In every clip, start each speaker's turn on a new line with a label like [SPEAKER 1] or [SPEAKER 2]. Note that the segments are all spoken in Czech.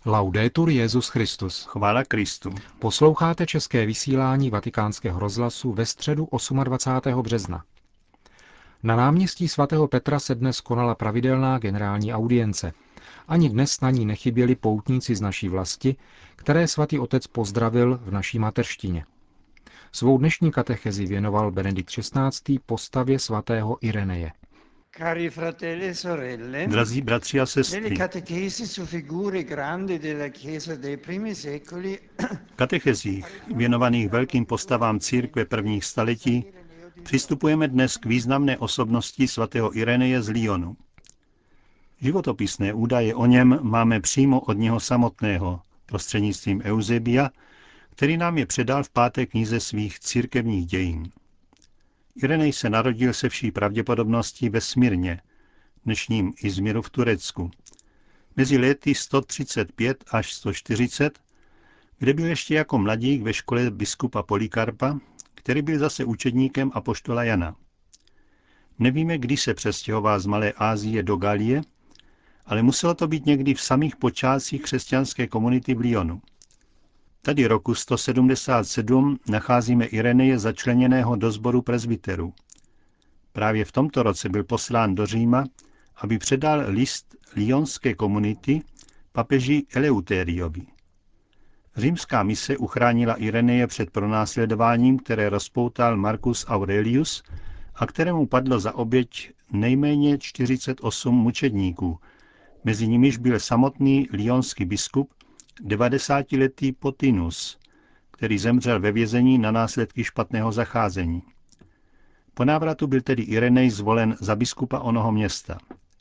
[SPEAKER 1] Laudetur Jesus Christus.
[SPEAKER 2] Chvála Kristu.
[SPEAKER 1] Posloucháte české vysílání Vatikánského rozhlasu ve středu 28. března. Na náměstí svatého Petra se dnes konala pravidelná generální audience. Ani dnes na ní nechyběli poutníci z naší vlasti, které svatý otec pozdravil v naší mateřštině. Svou dnešní katechezi věnoval Benedikt XVI. Postavě svatého Ireneje.
[SPEAKER 3] Cari fratelli e sorelle,
[SPEAKER 2] Drazí bratři a
[SPEAKER 3] nelle
[SPEAKER 2] sestry,
[SPEAKER 3] catechesi su figure grandi della Chiesa dei primi secoli
[SPEAKER 2] v katechezích věnovaných velkým postavám církve prvních staletí přistupujeme dnes k významné osobnosti svatého Ireneje z Lyonu. Životopisné údaje o něm máme přímo od něho samotného, prostřednictvím Eusebia, který nám je předal v 5. knize svých církevních dějin. Irenej se narodil se vší pravděpodobností ve Smyrně, dnešním Izmiru v Turecku, mezi lety 135 až 140, kde byl ještě jako mladík ve škole biskupa Polikarpa, který byl zase učedníkem apoštola Jana. Nevíme, kdy se přestěhoval z Malé Asie do Galie, ale muselo to být někdy v samých počátcích křesťanské komunity v Lyonu. Tady roku 177 nacházíme Ireneje začleněného do sboru presbyterů. Právě v tomto roce byl poslán do Říma, aby předal list lyonské komunity papeži Eleuteriovi. Římská mise uchránila Ireneje před pronásledováním, které rozpoutal Marcus Aurelius a kterému padlo za oběť nejméně 48 mučedníků, mezi nimiž byl samotný lyonský biskup, 90letý Potinus, který zemřel ve vězení na následky špatného zacházení. Po návratu byl tedy Irenej zvolen za biskupa onoho města.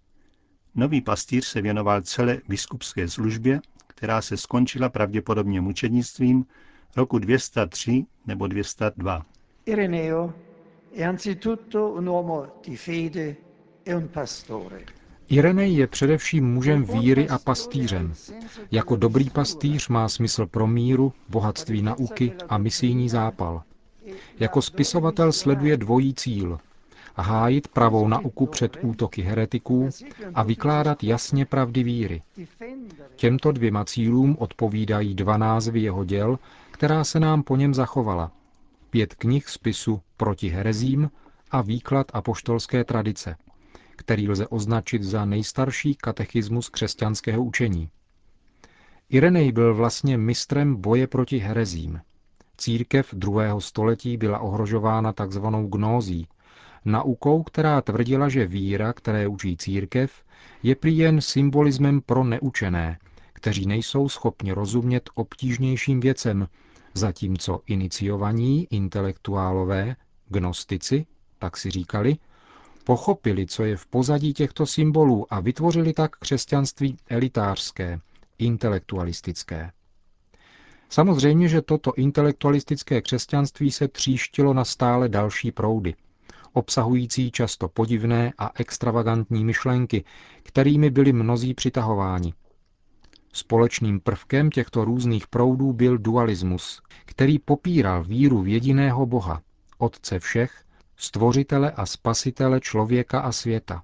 [SPEAKER 2] Nový pastýř se věnoval celé biskupské službě, která se skončila pravděpodobně mučednictvím roku 203 nebo 202.
[SPEAKER 3] Ireneo è anzitutto un uomo di fede e un pastore.
[SPEAKER 1] Irenej je především mužem víry a pastýřem. Jako dobrý pastýř má smysl pro míru, bohatství nauky a misijní zápal. Jako spisovatel sleduje dvojí cíl – hájit pravou nauku před útoky heretiků a vykládat jasně pravdy víry. Těmto dvěma cílům odpovídají dva názvy jeho děl, která se nám po něm zachovala. 5 knih spisu Proti herezím a Výklad apoštolské tradice, který lze označit za nejstarší katechismus křesťanského učení. Irenej byl vlastně mistrem boje proti herezím. Církev 2. století byla ohrožována takzvanou gnózí, naukou, která tvrdila, že víra, které učí církev, je prý jen symbolismem pro neučené, kteří nejsou schopni rozumět obtížnějším věcem, zatímco iniciovaní intelektuálové, gnostici, tak si říkali, pochopili, co je v pozadí těchto symbolů a vytvořili tak křesťanství elitářské, intelektualistické. Samozřejmě, že toto intelektualistické křesťanství se tříštilo na stále další proudy, obsahující často podivné a extravagantní myšlenky, kterými byli mnozí přitahováni. Společným prvkem těchto různých proudů byl dualismus, který popíral víru v jediného Boha, Otce všech, Stvořitele a Spasitele člověka a světa.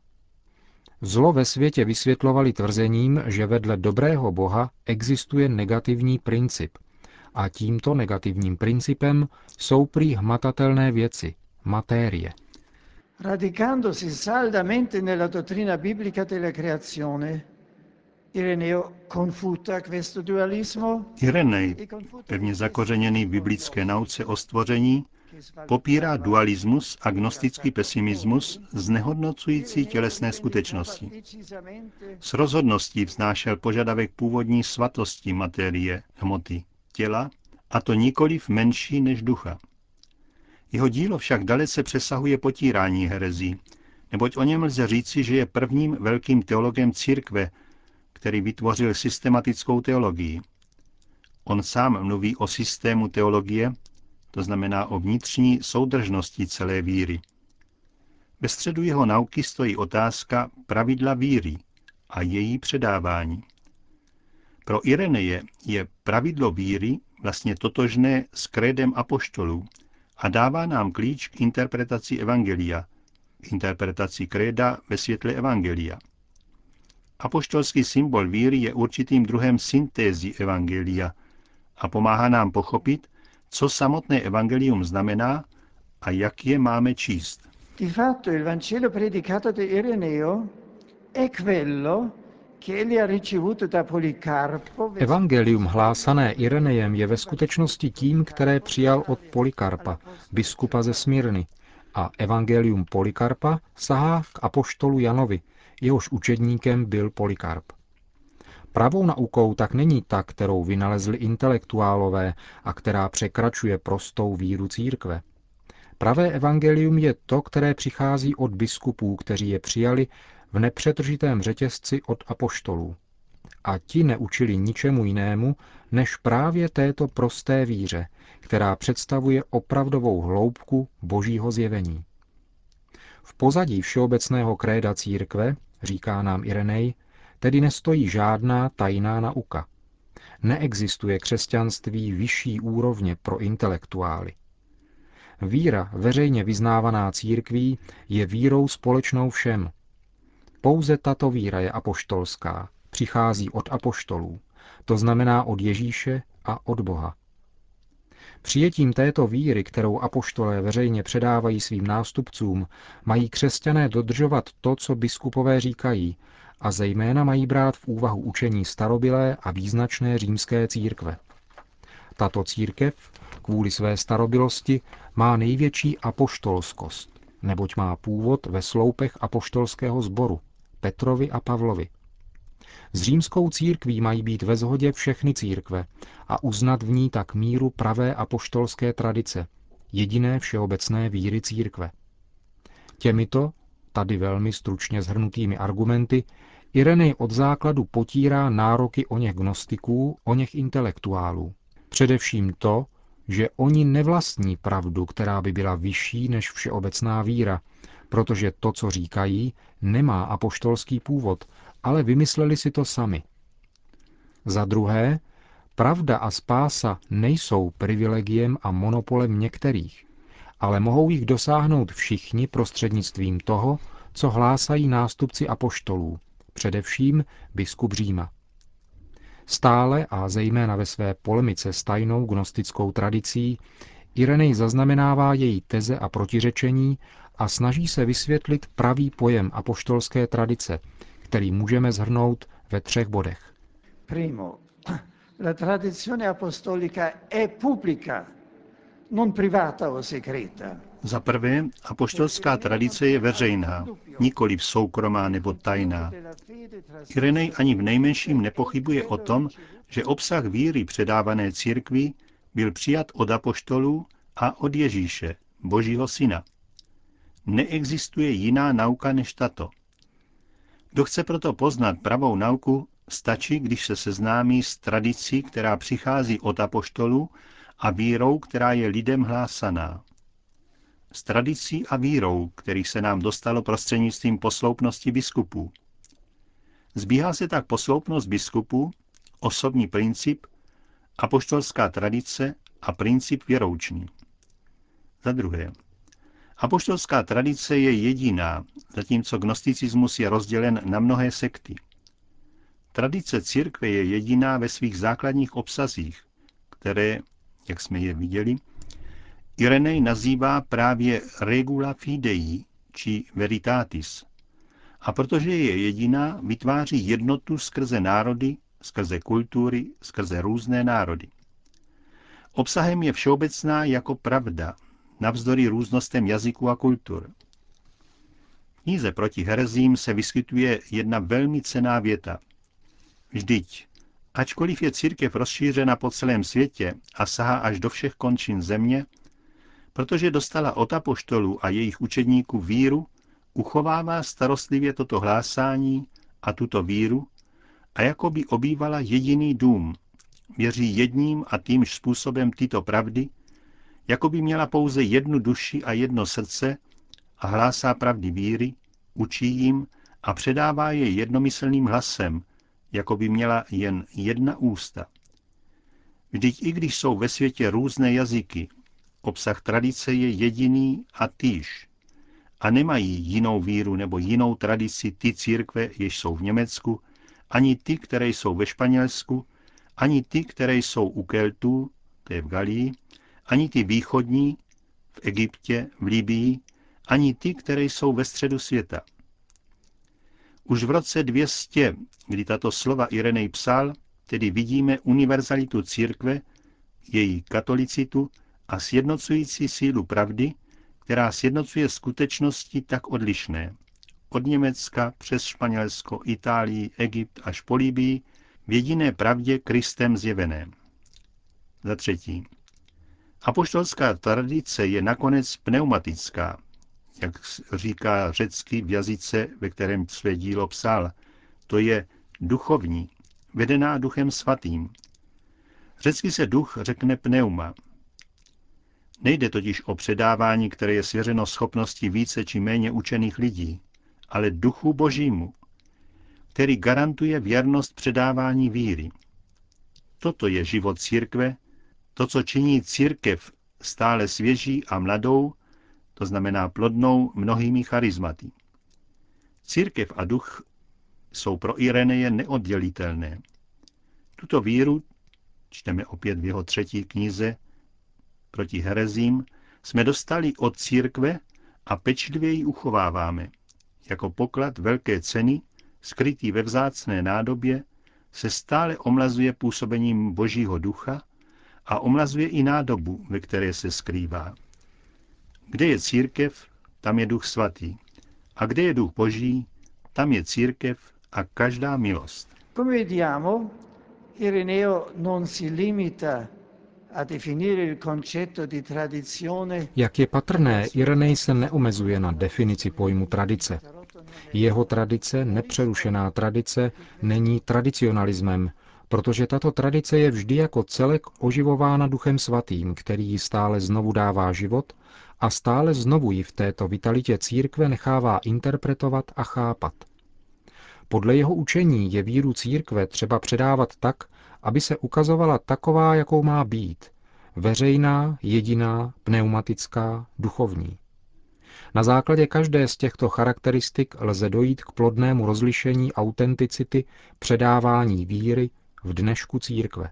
[SPEAKER 1] Zlo ve světě vysvětlovali tvrzením, že vedle dobrého Boha existuje negativní princip a tímto negativním principem jsou prý hmatatelné věci, matérie.
[SPEAKER 3] Radicandosi saldamente nella dottrina biblica della creazione, Ireneo confuta questo dualismo.
[SPEAKER 2] Irenej, pevně zakořeněný v biblické nauce o stvoření, popírá dualismus a gnostický pesimismus znehodnocující tělesné skutečnosti. S rozhodností vznášel požadavek původní svatosti materie, hmoty, těla, a to nikoliv menší než ducha. Jeho dílo však dalece přesahuje potírání herezí, neboť o něm lze říci, že je prvním velkým teologem církve, který vytvořil systematickou teologii. On sám mluví o systému teologie, to znamená o vnitřní soudržnosti celé víry. Ve středu jeho nauky stojí otázka pravidla víry a její předávání. Pro Ireneje je pravidlo víry vlastně totožné s krédem apoštolů a dává nám klíč k interpretaci evangelia, interpretaci kréda ve světle evangelia. Apoštolský symbol víry je určitým druhem syntézy evangelia a pomáhá nám pochopit, co samotné evangelium znamená a jak je máme číst.
[SPEAKER 3] Di fatto il Vangelo predicato da Ireneo è quello che egli ha ricevuto da Policarpo.
[SPEAKER 1] Evangelium hlásané Irenejem je ve skutečnosti tím, které přijal od Polikarpa, biskupa ze Smyrny, a evangelium Polikarpa sahá k apoštolu Janovi, jehož učedníkem byl Polikarp. Pravou naukou tak není ta, kterou vynalezli intelektuálové a která překračuje prostou víru církve. Pravé evangelium je to, které přichází od biskupů, kteří je přijali v nepřetržitém řetězci od apoštolů. A ti neučili ničemu jinému, než právě této prosté víře, která představuje opravdovou hloubku Božího zjevení. V pozadí všeobecného kréda církve, říká nám Irenej, tedy nestojí žádná tajná nauka. Neexistuje křesťanství vyšší úrovně pro intelektuály. Víra veřejně vyznávaná církví je vírou společnou všem. Pouze tato víra je apoštolská, přichází od apoštolů, to znamená od Ježíše a od Boha. Přijetím této víry, kterou apoštolé veřejně předávají svým nástupcům, mají křesťané dodržovat to, co biskupové říkají, a zejména mají brát v úvahu učení starobylé a význačné římské církve. Tato církev, kvůli své starobylosti, má největší apoštolskost, neboť má původ ve sloupech apoštolského sboru, Petrovi a Pavlovi. S římskou církví mají být ve shodě všechny církve a uznat v ní tak míru pravé apoštolské tradice, jediné všeobecné víry církve. Těmito, tady velmi stručně shrnutými argumenty, Irenej od základu potírá nároky oněch gnostiků, oněch intelektuálů. Především to, že oni nevlastní pravdu, která by byla vyšší než všeobecná víra, protože to, co říkají, nemá apoštolský původ, ale vymysleli si to sami. Za druhé, pravda a spása nejsou privilegiem a monopolem některých, ale mohou jich dosáhnout všichni prostřednictvím toho, co hlásají nástupci apoštolů, především biskup Říma. Stále a zejména ve své polemice s tajnou gnostickou tradicí Irenej zaznamenává její teze a protiřečení a snaží se vysvětlit pravý pojem apoštolské tradice, který můžeme shrnout ve 3 bodech.
[SPEAKER 3] Primo, la tradizione apostolica è pubblica, non privata o segreta.
[SPEAKER 2] Za prvé, apoštolská tradice je veřejná, nikoliv soukromá nebo tajná. Irenej ani v nejmenším nepochybuje o tom, že obsah víry předávané církvi byl přijat od apoštolů a od Ježíše, Božího syna. Neexistuje jiná nauka než tato. Kdo chce proto poznat pravou nauku, stačí, když se seznámí s tradicí, která přichází od apoštolů, a vírou, která je lidem hlásaná. S tradicí a vírou, kterých se nám dostalo prostřednictvím posloupnosti biskupů. Zbíhá se tak posloupnost biskupů, osobní princip, apoštolská tradice a princip věroučný. Za druhé, apoštolská tradice je jediná, zatímco gnosticismus je rozdělen na mnohé sekty. Tradice církve je jediná ve svých základních obsazích, které, jak jsme je viděli, Irenej nazývá právě regula fidei, či veritatis. A protože je jediná, vytváří jednotu skrze národy, skrze kultury, skrze různé národy. Obsahem je všeobecná jako pravda, navzdory různostem jazyků a kultur. V knize Proti herezím se vyskytuje jedna velmi cenná věta. Vždyť, ačkoliv je církev rozšířena po celém světě a sahá až do všech končin země, protože dostala od apoštolů a jejich učedníků víru, uchovává starostlivě toto hlásání a tuto víru a jako by obývala jediný dům, věří jedním a týmž způsobem tyto pravdy, jako by měla pouze jednu duši a jedno srdce a hlásá pravdy víry, učí jim a předává je jednomyslným hlasem, jako by měla jen jedna ústa. Vždyť i když jsou ve světě různé jazyky, obsah tradice je jediný a týž. A nemají jinou víru nebo jinou tradici ty církve, jež jsou v Německu, ani ty, které jsou ve Španělsku, ani ty, které jsou u Keltů, to je v Galii, ani ty východní, v Egyptě, v Libii, ani ty, které jsou ve středu světa. Už v roce 200, kdy tato slova Irenej psal, tedy vidíme univerzalitu církve, její katolicitu a sjednocující sílu pravdy, která sjednocuje skutečnosti tak odlišné. Od Německa přes Španělsko, Itálii, Egypt až po Libii, v jediné pravdě Kristem zjevené. Za třetí. Apoštolská tradice je nakonec pneumatická, jak říká řecky v jazyce, ve kterém své dílo psal. To je duchovní, vedená Duchem svatým. Řecky se duch řekne pneuma. Nejde totiž o předávání, které je svěřeno schopnosti více či méně učených lidí, ale duchu božímu, který garantuje věrnost předávání víry. Toto je život církve, to, co činí církev stále svěží a mladou, to znamená plodnou mnohými charizmaty. Církev a duch jsou pro Ireneje neoddělitelné. Tuto víru, čteme opět v jeho 3. knize Proti herezím, jsme dostali od církve a pečlivě ji uchováváme. Jako poklad velké ceny, skrytý ve vzácné nádobě, se stále omlazuje působením Božího ducha a omlazuje i nádobu, ve které se skrývá. Kde je církev, tam je Duch svatý. A kde je Duch Boží, tam je církev a každá milost.
[SPEAKER 3] Come vediamo, Ireneo non si limita a definire il concetto di tradizione.
[SPEAKER 1] Jak je patrné, Irenej se neomezuje na definici pojmu tradice. Jeho tradice, nepřerušená tradice, není tradicionalismem, protože tato tradice je vždy jako celek oživována Duchem svatým, který ji stále znovu dává život a stále znovu ji v této vitalitě církve nechává interpretovat a chápat. Podle jeho učení je víru církve třeba předávat tak, aby se ukazovala taková, jakou má být, veřejná, jediná, pneumatická, duchovní. Na základě každé z těchto charakteristik lze dojít k plodnému rozlišení autenticity předávání víry v dnešku církve.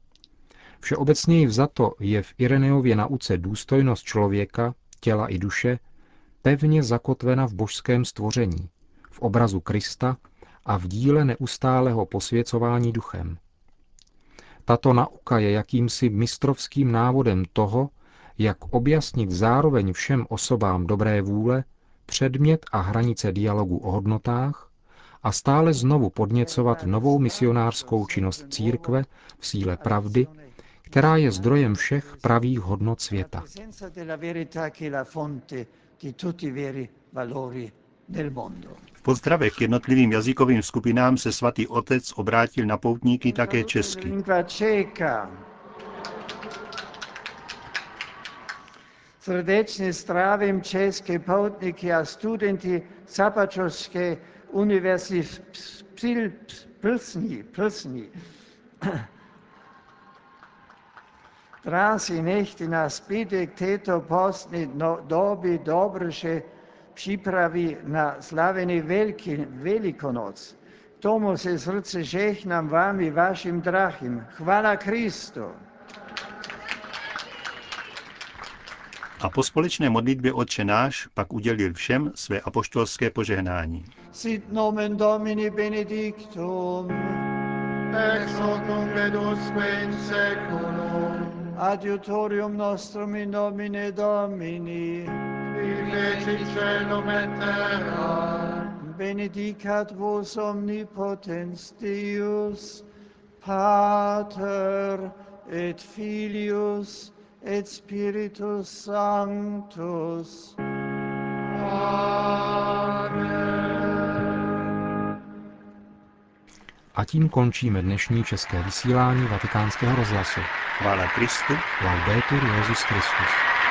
[SPEAKER 1] Všeobecněji vzato je v Irenejově nauce důstojnost člověka, těla i duše pevně zakotvena v božském stvoření, v obrazu Krista a v díle neustálého posvěcování duchem. Tato nauka je jakýmsi mistrovským návodem toho, jak objasnit zároveň všem osobám dobré vůle předmět a hranice dialogu o hodnotách a stále znovu podněcovat novou misionářskou činnost církve v síle pravdy, která je zdrojem všech pravých hodnot světa.
[SPEAKER 2] V pozdravech k jednotlivým jazykovým skupinám se svatý otec obrátil na poutníky také česky.
[SPEAKER 3] Srdečně zdravím české poutníky a studenty Západočeské univerzity v Plzni. Drazí, nechte nás byť k této postní době dobře připraví na slavení Velikonoc. K tomu se srdce žehnám vám i vašim drahým. Chvála Kristu.
[SPEAKER 2] A po společné modlitbě Otče náš pak udělil všem své apoštolské požehnání.
[SPEAKER 3] Sit nomen Domini benedictum,
[SPEAKER 4] ex hoc nunc et usque in seculum,
[SPEAKER 3] adiutorium nostrum in nomine Domini,
[SPEAKER 4] qui feci caelum et terra,
[SPEAKER 3] benedicat vos omnipotens Deus, Pater et Filius et Spiritus Sanctus.
[SPEAKER 1] A tím končíme dnešní české vysílání Vatikánského rozhlasu.
[SPEAKER 2] Chvála Kristu.
[SPEAKER 1] Laudetur Jesus Christus.